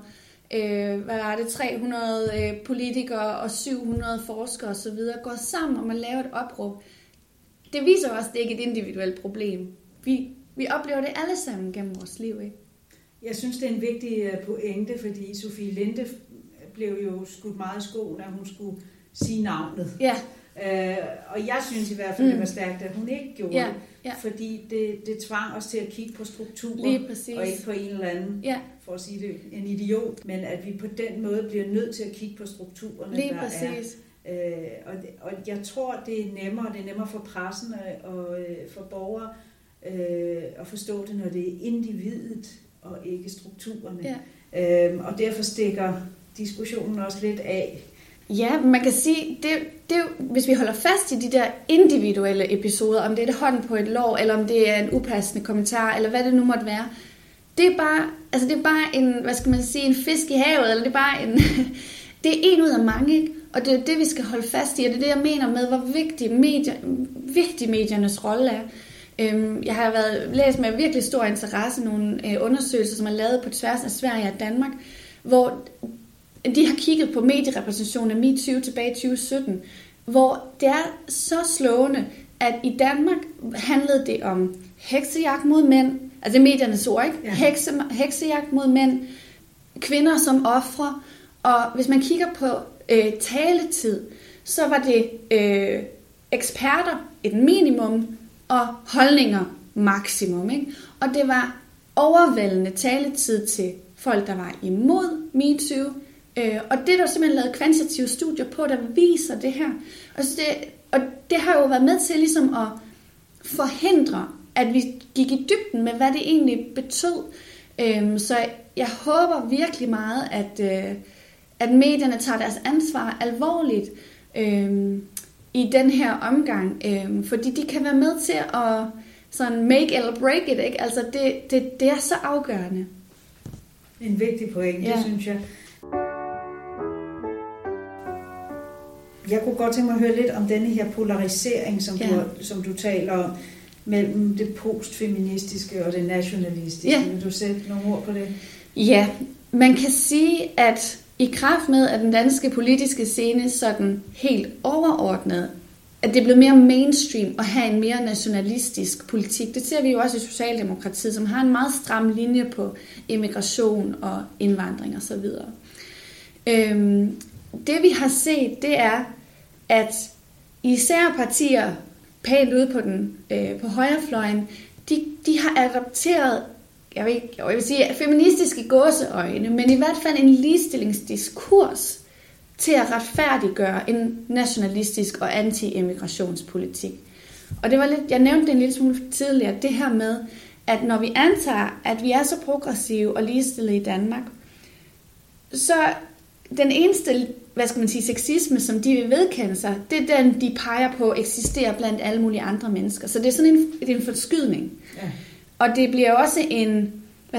300 politikere og 700 forskere osv. går sammen om at lave et opråb. Det viser også, at det ikke er et individuelt problem. Vi oplever det alle sammen gennem vores liv, ikke? Jeg synes, det er en vigtig pointe, fordi Sofie Linde blev jo skudt meget i skoen, at hun skulle sige navnet. Ja. Og jeg synes i hvert fald, det var stærkt, at hun ikke gjorde det. Ja. Fordi det tvang os til at kigge på strukturer, og ikke på en eller anden, for at sige det, en idiot, men at vi på den måde bliver nødt til at kigge på strukturerne, lige der præcis. Og jeg tror, det er nemmere for pressen og for borgere at forstå det, når det er individet og ikke strukturerne. Ja. Og derfor stikker diskussionen også lidt af. Ja, man kan sige, det er jo, hvis vi holder fast i de der individuelle episoder, om det er et hånd på et lår, eller om det er en upassende kommentar, eller hvad det nu måtte være, det er bare en, hvad skal man sige, en fisk i havet, eller det er bare det er en ud af mange, ikke? Og det er det, vi skal holde fast i, og det er det, jeg mener med, hvor vigtig mediernes rolle er. Jeg har læst med virkelig stor interesse nogle undersøgelser, som er lavet på tværs af Sverige og Danmark, hvor de har kigget på medierepræsentationen af MeToo tilbage i 2017, hvor det er så slående, at i Danmark handlede det om heksejagt mod mænd, altså mediernes ord, ikke? Ja. Heksejagt mod mænd, kvinder som ofre, og hvis man kigger på taletid, så var det eksperter et minimum, og holdninger maksimum, ikke? Og det var overvældende taletid til folk, der var imod MeToo. Og det er der simpelthen lavet kvantitative studier på, der viser det her. Og det har jo været med til ligesom at forhindre, at vi gik i dybden med, hvad det egentlig betød. Så jeg håber virkelig meget, at medierne tager deres ansvar alvorligt i den her omgang. Fordi de kan være med til at sådan make eller break it, ikke? Altså det er så afgørende. En vigtig pointe, det synes jeg. Jeg kunne godt tænke mig at høre lidt om denne her polarisering, som du taler om, mellem det postfeministiske og det nationalistiske. Ja. Vil du sætte nogle ord på det? Ja, man kan sige, at i kraft med, at den danske politiske scene sådan helt overordnet, at det er blevet mere mainstream at have en mere nationalistisk politik. Det ser vi jo også i Socialdemokratiet, som har en meget stram linje på immigration og indvandring osv. Det vi har set, det er, at især partier pænt ude på højrefløjen, de har adopteret, jeg vil sige feministiske gåseøjne, men i hvert fald en ligestillingsdiskurs til at retfærdiggøre en nationalistisk og anti-immigrationspolitik. Og det var lidt, jeg nævnte det en lille smule tidligere, det her med, at når vi antager, at vi er så progressive og ligestillede i Danmark, så den eneste, sexisme, som de vil vedkende sig, det er den, de peger på, eksisterer blandt alle mulige andre mennesker. Så det er sådan en forskydning. Ja. Og det bliver også en,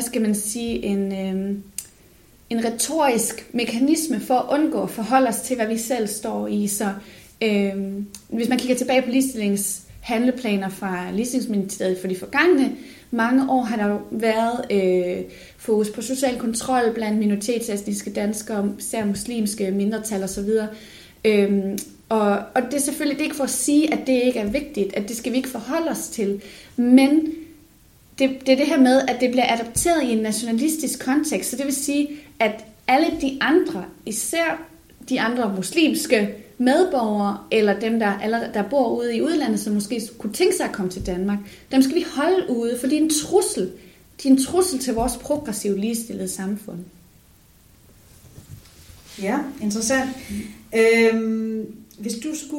en retorisk mekanisme for at undgå at forholde os til, hvad vi selv står i. Så hvis man kigger tilbage på ligestillingshandleplaner fra Ligestillingsministeriet for de forgangne mange år, har der jo været fokus på social kontrol blandt minoritetsetniske danskere, især muslimske mindretal osv. Og det er selvfølgelig ikke for at sige, at det ikke er vigtigt, at det skal vi ikke forholde os til, men det er det her med, at det bliver adopteret i en nationalistisk kontekst, så det vil sige, at alle de andre, især de andre muslimske medborgere, eller dem, der bor ude i udlandet, som måske kunne tænke sig at komme til Danmark, dem skal vi holde ude, for de er en trussel. De er en trussel til vores progressive ligestillede samfund. Ja, interessant. Hvis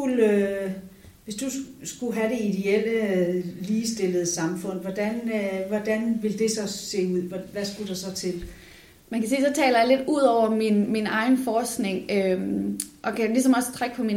du skulle have det ideelle ligestillede samfund, hvordan vil det så se ud? Hvad skulle der så til? Man kan sige, så taler jeg lidt ud over min egen forskning, og kan ligesom også trække på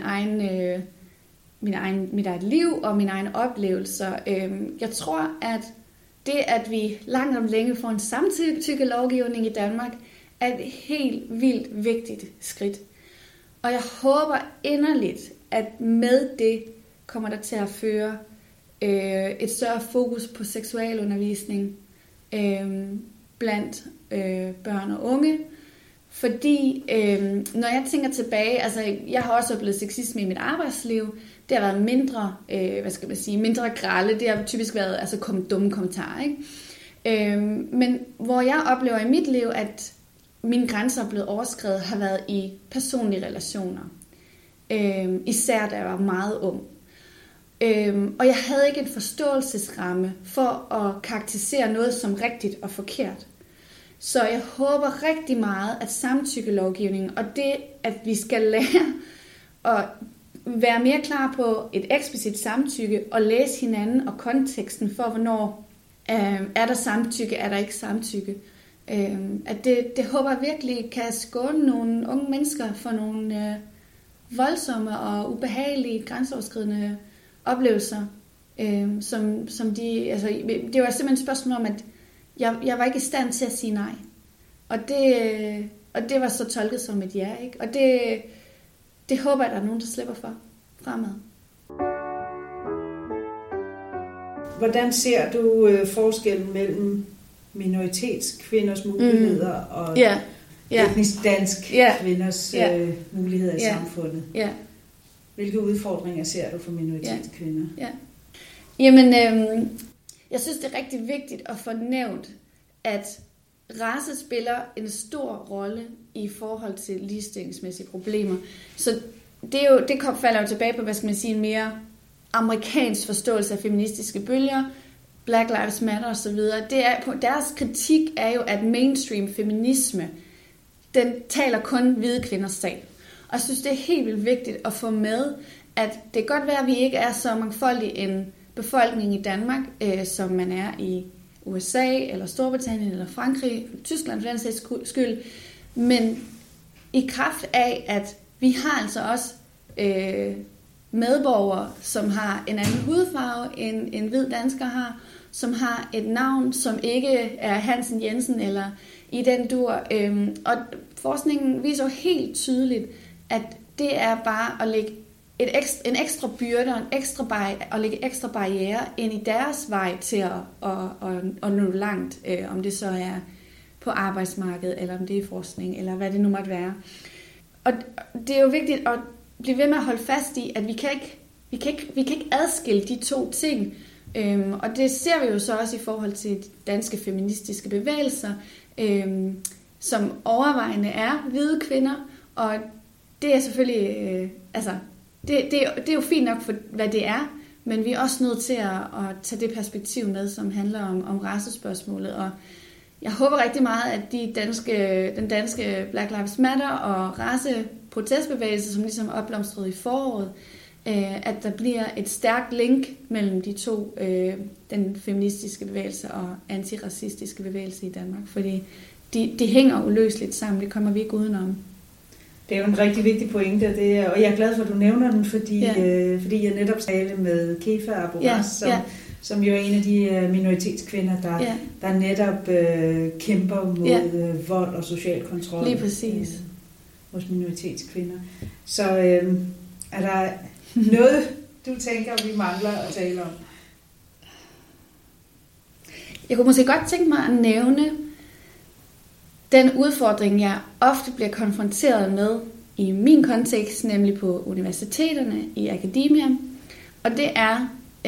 mit eget liv og mine egne oplevelser. Jeg tror, at det, at vi langt om længe får en samtykkelovgivning i Danmark, er et helt vildt vigtigt skridt. Og jeg håber inderligt, at med det kommer der til at føre et større fokus på seksualundervisning blandt børn og unge. Fordi når jeg tænker tilbage, altså jeg har også oplevet sexisme i mit arbejdsliv. Det har været mindre, mindre grelle. Det har typisk været dumme kommentarer, ikke? Men hvor jeg oplever i mit liv, at mine grænser er blevet overskredet, har været i personlige relationer. Især da jeg var meget ung. Og jeg havde ikke en forståelsesramme for at karakterisere noget som rigtigt og forkert. Så jeg håber rigtig meget, at samtykkelovgivningen og det, at vi skal lære at være mere klar på et eksplicit samtykke og læse hinanden og konteksten for, hvornår er der samtykke, er der ikke samtykke. At det håber jeg virkelig kan skåne nogle unge mennesker for nogle voldsomme og ubehagelige, grænseoverskridende oplevelser. Som de, altså, det var simpelthen et spørgsmål om, at jeg var ikke i stand til at sige nej. Og det var så tolket som et ja, ikke? Og det håber jeg, der er nogen, der slipper for fremad. Hvordan ser du forskellen mellem minoritetskvinders muligheder og etnisk dansk kvinders muligheder i samfundet? Ja. Hvilke udfordringer ser du for minoritetskvinder? Ja. Jamen, jeg synes, det er rigtig vigtigt at få nævnt, at race spiller en stor rolle i forhold til ligestillingsmæssige problemer. Så det falder jo tilbage på, en mere amerikansk forståelse af feministiske bølger, Black Lives Matter osv., deres kritik er jo, at mainstream feminisme, den taler kun hvide kvinders sag. Og jeg synes, det er helt vildt vigtigt at få med, at det kan godt være, at vi ikke er så mangfoldige en befolkning i Danmark, som man er i USA, eller Storbritannien, eller Frankrig, Tyskland for den sags skyld. Men i kraft af, at vi har altså også medborgere, som har en anden hudfarve, end en hvid dansker har, som har et navn, som ikke er Hansen Jensen, eller i den dur. Og forskningen viser jo helt tydeligt, at det er bare at lægge en ekstra byrde og lægge ekstra barriere ind i deres vej til at nå langt, om det så er på arbejdsmarkedet, eller om det er forskning, eller hvad det nu måtte være. Og det er jo vigtigt at blive ved med at holde fast i, at vi kan ikke adskille de to ting. Og det ser vi jo så også i forhold til danske feministiske bevægelser, som overvejende er hvide kvinder, og det er selvfølgelig, det er jo fint nok for, hvad det er, men vi er også nødt til at tage det perspektiv med, som handler om racespørgsmålet. Og jeg håber rigtig meget, at den danske Black Lives Matter og raceprotestbevægelse, som ligesom opblomstrede i foråret, at der bliver et stærkt link mellem de to, den feministiske bevægelse og antiracistiske bevægelse i Danmark, fordi de hænger uløseligt sammen, det kommer vi ikke udenom. Det er jo en rigtig vigtig pointe, og jeg er glad for, at du nævner den, fordi jeg netop talte med Kefa Aboras, som jo er en af de minoritetskvinder, der netop kæmper mod vold og social kontrol. Lige præcis. Hos minoritetskvinder. Så er der noget, du tænker, vi mangler at tale om? Jeg kunne måske godt tænke mig at nævne den udfordring, jeg ofte bliver konfronteret med i min kontekst, nemlig på universiteterne, i akademia, og det er,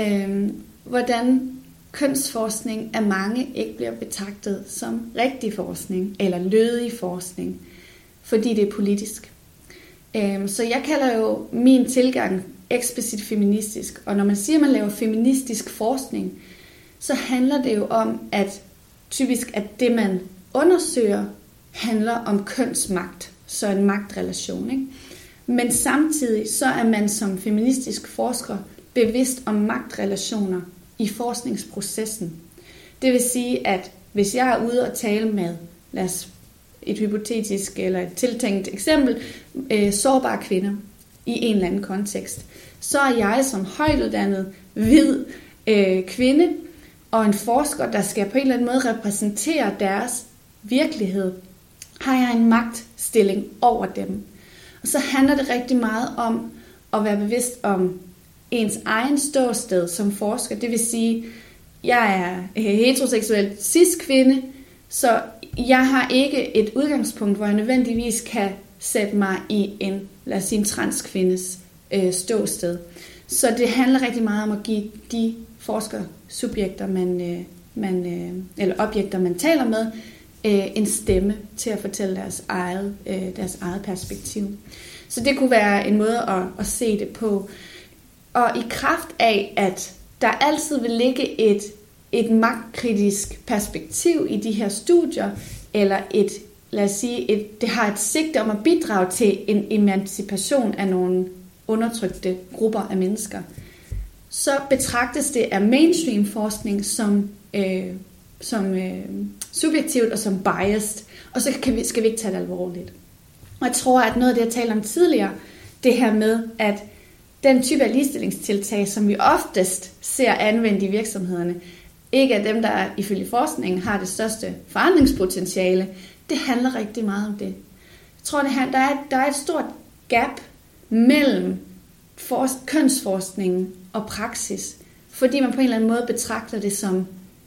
hvordan kønsforskning af mange ikke bliver betragtet som rigtig forskning, eller lødig forskning, fordi det er politisk. Så jeg kalder jo min tilgang eksplicit feministisk, og når man siger, at man laver feministisk forskning, så handler det jo om, at typisk at det, man undersøger, handler om kønsmagt, så en magtrelation. Ikke? Men samtidig så er man som feministisk forsker bevidst om magtrelationer i forskningsprocessen. Det vil sige, at hvis jeg er ude og tale med, lad os et hypotetisk eller et tiltænkt eksempel, sårbare kvinder i en eller anden kontekst, så er jeg som højtuddannet, hvid kvinde og en forsker, der skal på en eller anden måde repræsentere deres virkelighed, har jeg en magtstilling over dem. Og så handler det rigtig meget om at være bevidst om ens egen ståsted som forsker. Det vil sige, jeg er heteroseksuel cis-kvinde, så jeg har ikke et udgangspunkt, hvor jeg nødvendigvis kan sætte mig i en, lad os sige, en transkvindes ståsted. Så det handler rigtig meget om at give de forskersubjekter, eller objekter, man taler med, en stemme til at fortælle deres eget perspektiv. Så det kunne være en måde at se det på. Og i kraft af, at der altid vil ligge et magtkritisk perspektiv i de her studier, eller lad os sige, det har et sigte om at bidrage til en emancipation af nogle undertrykte grupper af mennesker, så betragtes det af mainstream forskning som subjektivt og som biased, og så skal vi ikke tage det alvorligt. Og jeg tror, at noget af det, jeg talte om tidligere, det her med, at den type af ligestillingstiltag, som vi oftest ser anvendt i virksomhederne, ikke er dem, der ifølge forskningen har det største forandringspotentiale, det handler rigtig meget om det. Jeg tror, der er et stort gap mellem kønsforskningen og praksis, fordi man på en eller anden måde betragter det som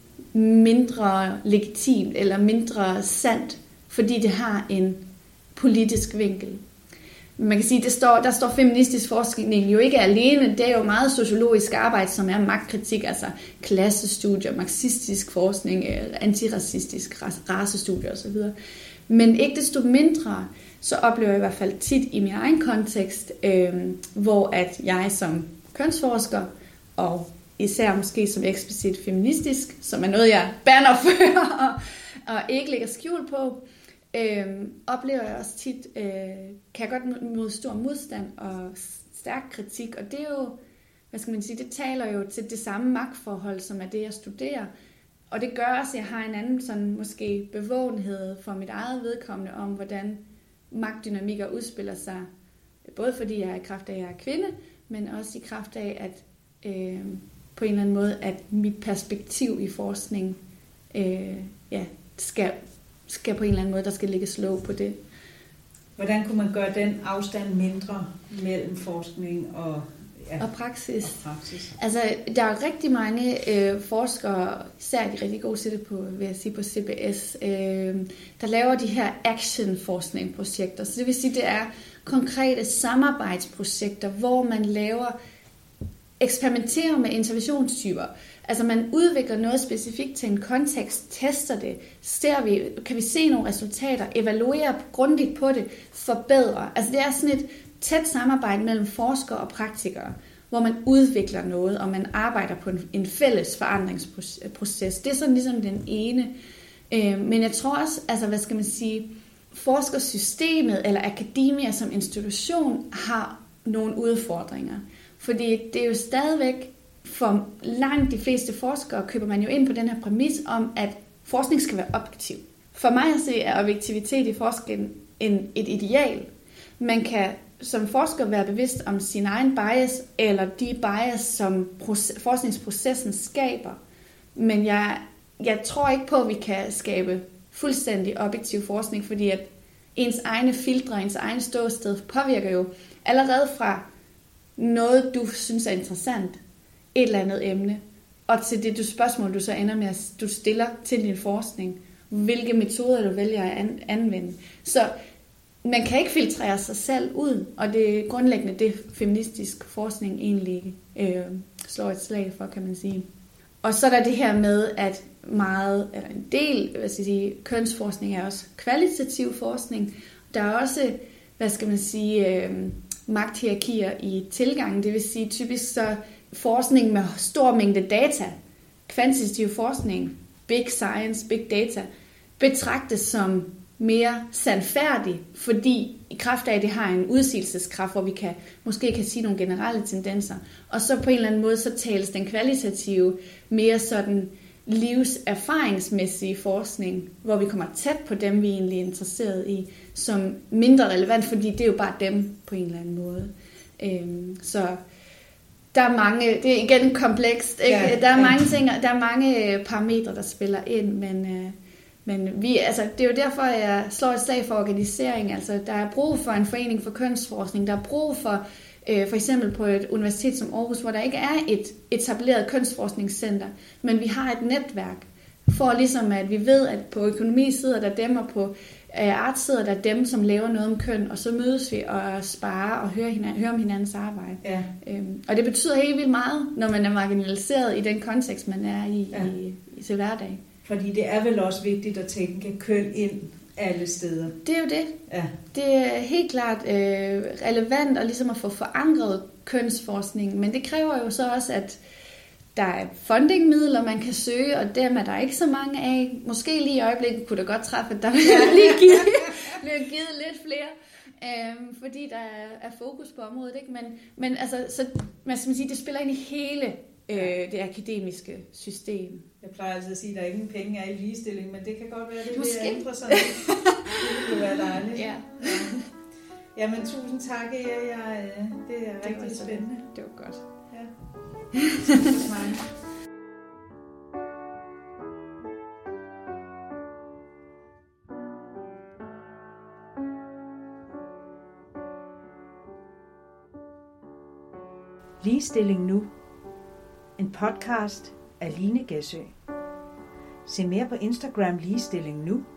mindre legitimt eller mindre sandt, fordi det har en politisk vinkel. Man kan sige, der står feministisk forskning jo ikke alene. Det er jo meget sociologisk arbejde, som er magtkritik, altså klassestudier, marxistisk forskning, antiracistisk racestudier osv. Men ikke desto mindre, så oplever jeg i hvert fald tit i min egen kontekst, hvor at jeg som kønsforsker og især måske som eksplicit feministisk, som er noget, jeg bannerfører og ikke lægger skjul på, oplever jeg også tit, kan jeg godt mod stor modstand og stærk kritik, og det er jo, hvad skal man sige, det taler jo til det samme magtforhold, som er det, jeg studerer, og det gør også, at jeg har en anden sådan måske bevågenhed for mit eget vedkommende om, hvordan magtdynamikker udspiller sig, både fordi jeg er i kraft af, at jeg er kvinde, men også i kraft af, at på en eller anden måde, at mit perspektiv i forskning skal på en eller anden måde, der skal ligge låg på det. Hvordan kunne man gøre den afstand mindre mellem forskning og praksis? Altså, der er rigtig mange forskere, især de rigtig gode til det på, vil jeg sige, på CBS, der laver de her action-forskningsprojekter. Så det vil sige, det er konkrete samarbejdsprojekter, hvor man eksperimenterer med interventionstyper. Altså man udvikler noget specifikt til en kontekst, tester det, kan vi se nogle resultater, evaluerer grundigt på det, forbedrer. Altså det er sådan et tæt samarbejde mellem forskere og praktikere, hvor man udvikler noget, og man arbejder på en fælles forandringsproces. Det er sådan ligesom den ene. Men jeg tror også, altså hvad skal man sige, forskersystemet eller akademia som institution har nogle udfordringer. Fordi det er jo stadigvæk, for langt de fleste forskere køber man jo ind på den her præmis om, at forskning skal være objektiv. For mig at se er objektivitet i forskning et ideal. Man kan som forsker være bevidst om sin egen bias, eller de bias, som forskningsprocessen skaber. Men jeg tror ikke på, at vi kan skabe fuldstændig objektiv forskning, fordi at ens egne filtre, ens egen ståsted påvirker jo allerede fra noget, du synes er interessant, et eller andet emne, og til det spørgsmål, du så ender med, at du stiller til din forskning, hvilke metoder du vælger at anvende. Så man kan ikke filtrere sig selv ud, og det er grundlæggende det, feministisk forskning egentlig slår et slag for, kan man sige. Og så er der det her med, at en del, kønsforskning er også kvalitativ forskning. Der er også, magthierarkier i tilgangen, det vil sige typisk så forskning med stor mængde data, kvantitativ forskning, big science, big data, betragtes som mere sandfærdig, fordi i kraft af, at det har en udsigelseskraft, hvor vi måske kan sige nogle generelle tendenser, og så på en eller anden måde, så tales den kvalitative, mere sådan livserfaringsmæssige forskning, hvor vi kommer tæt på dem, vi egentlig er interesseret i, som mindre relevant, fordi det er jo bare dem på en eller anden måde. Så der er mange, det er igen komplekst, ikke? Ja, der er mange ting, der er mange parametre, der spiller ind, men det er jo derfor, jeg slår et slag for organisering. Altså, der er brug for en forening for kønsforskning, der er brug for for eksempel på et universitet som Aarhus, hvor der ikke er et etableret kønsforskningscenter, men vi har et netværk, for ligesom at vi ved, at på økonomi sidder der dem, og på art sidder der dem, som laver noget om køn, og så mødes vi og sparer og hører om hinandens arbejde. Ja. Og det betyder helt vildt meget, når man er marginaliseret i den kontekst, man er i til hverdag. Fordi det er vel også vigtigt at tænke køn ind alle steder. Det er jo det. Ja. Det er helt klart relevant at, ligesom at få forankret kønsforskning, men det kræver jo så også, at der er fundingmidler, man kan søge, og dem er der ikke så mange af. Måske lige i øjeblikket kunne det godt træffe, at der bliver givet lidt flere, fordi der er fokus på området. Ikke? Men altså, så, hvad skal man sige, det spiller ind i hele det akademiske system. Jeg plejer altid at sige, at der ingen penge er i ligestilling, men det kan godt være, at det vil ændre sig. Det vil være dejligt. Ja. Jamen, tusind tak, Erik. Det er rigtig spændende. Det var godt. Ja. Tusind mange. Ligestilling nu. En podcast af Line Gæsø. Se mere på Instagram Ligestilling nu